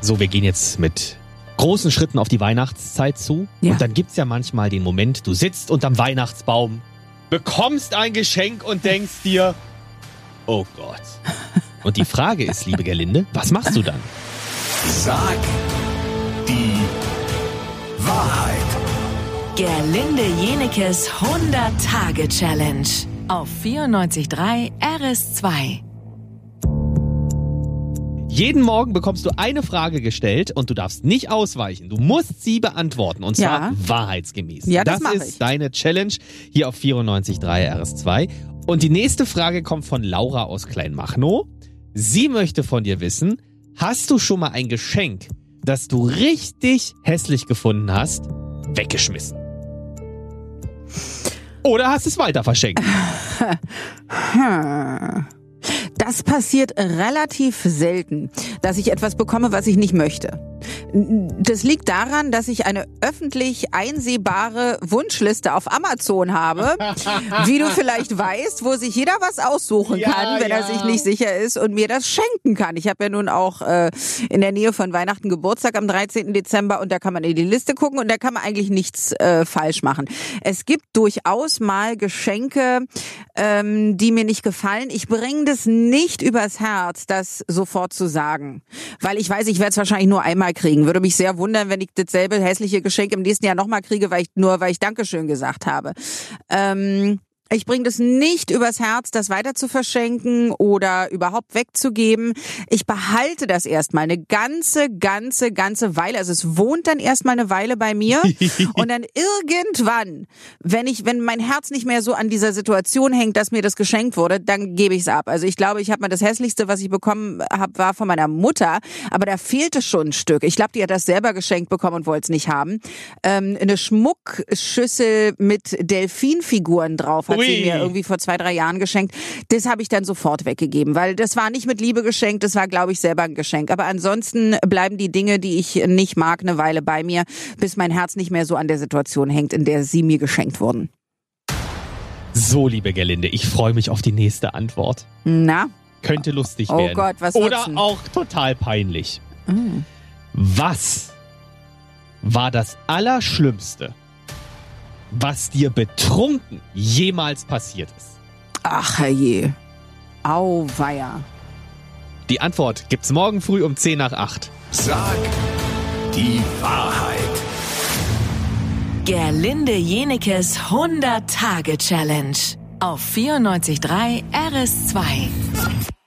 So, wir gehen jetzt mit großen Schritten auf die Weihnachtszeit zu. Ja. Und dann gibt's ja manchmal den Moment, du sitzt unterm Weihnachtsbaum, bekommst ein Geschenk und denkst dir, oh Gott. Und die Frage ist, liebe Gerlinde, was machst du dann? Sag die Wahrheit. Gerlinde Jenekes 100-Tage-Challenge auf 94.3 RS2. Jeden Morgen bekommst du eine Frage gestellt und du darfst nicht ausweichen. Du musst sie beantworten und zwar wahrheitsgemäß. Ja, das mach ist ich. deine Challenge hier auf 94.3 RS2. Und die nächste Frage kommt von Laura aus Kleinmachnow. Sie möchte von dir wissen, hast du schon mal ein Geschenk, das du richtig hässlich gefunden hast, weggeschmissen? Oder hast es weiter verschenkt? Das passiert relativ selten, dass ich etwas bekomme, was ich nicht möchte. Das liegt daran, dass ich eine öffentlich einsehbare Wunschliste auf Amazon habe, wie du vielleicht weißt, wo sich jeder was aussuchen kann, wenn er sich nicht sicher ist und mir das schenken kann. Ich habe ja nun auch in der Nähe von Weihnachten Geburtstag am 13. Dezember und da kann man in die Liste gucken und da kann man eigentlich nichts falsch machen. Es gibt durchaus mal Geschenke, die mir nicht gefallen. Ich bringe das nicht übers Herz, das sofort zu sagen, weil ich weiß, ich werde es wahrscheinlich nur einmal kriegen. Würde mich sehr wundern, wenn ich dasselbe hässliche Geschenk im nächsten Jahr nochmal kriege, weil ich Dankeschön gesagt habe. Ich bringe das nicht übers Herz, das weiter zu verschenken oder überhaupt wegzugeben. Ich behalte das erstmal eine ganze Weile. Also es wohnt dann erstmal eine Weile bei mir. Und dann irgendwann, wenn mein Herz nicht mehr so an dieser Situation hängt, dass mir das geschenkt wurde, dann gebe ich es ab. Also ich glaube, ich habe mal das Hässlichste, was ich bekommen habe, war von meiner Mutter. Aber da fehlte schon ein Stück. Ich glaube, die hat das selber geschenkt bekommen und wollte es nicht haben. Eine Schmuckschüssel mit Delfinfiguren drauf hat sie mir irgendwie vor 2-3 Jahren geschenkt. Das habe ich dann sofort weggegeben, weil das war nicht mit Liebe geschenkt, das war, glaube ich, selber ein Geschenk. Aber ansonsten bleiben die Dinge, die ich nicht mag, eine Weile bei mir, bis mein Herz nicht mehr so an der Situation hängt, in der sie mir geschenkt wurden. So, liebe Gerlinde, ich freue mich auf die nächste Antwort. Na? Könnte lustig werden. Oh Gott, was wird's Oder denn? auch total peinlich. Was war das Allerschlimmste, was dir betrunken jemals passiert ist? Ach herrje. Auweia. Die Antwort gibt's morgen früh um 7:50. Sag die Wahrheit. Gerlinde Jenekes 100-Tage-Challenge auf 94.3 RS2.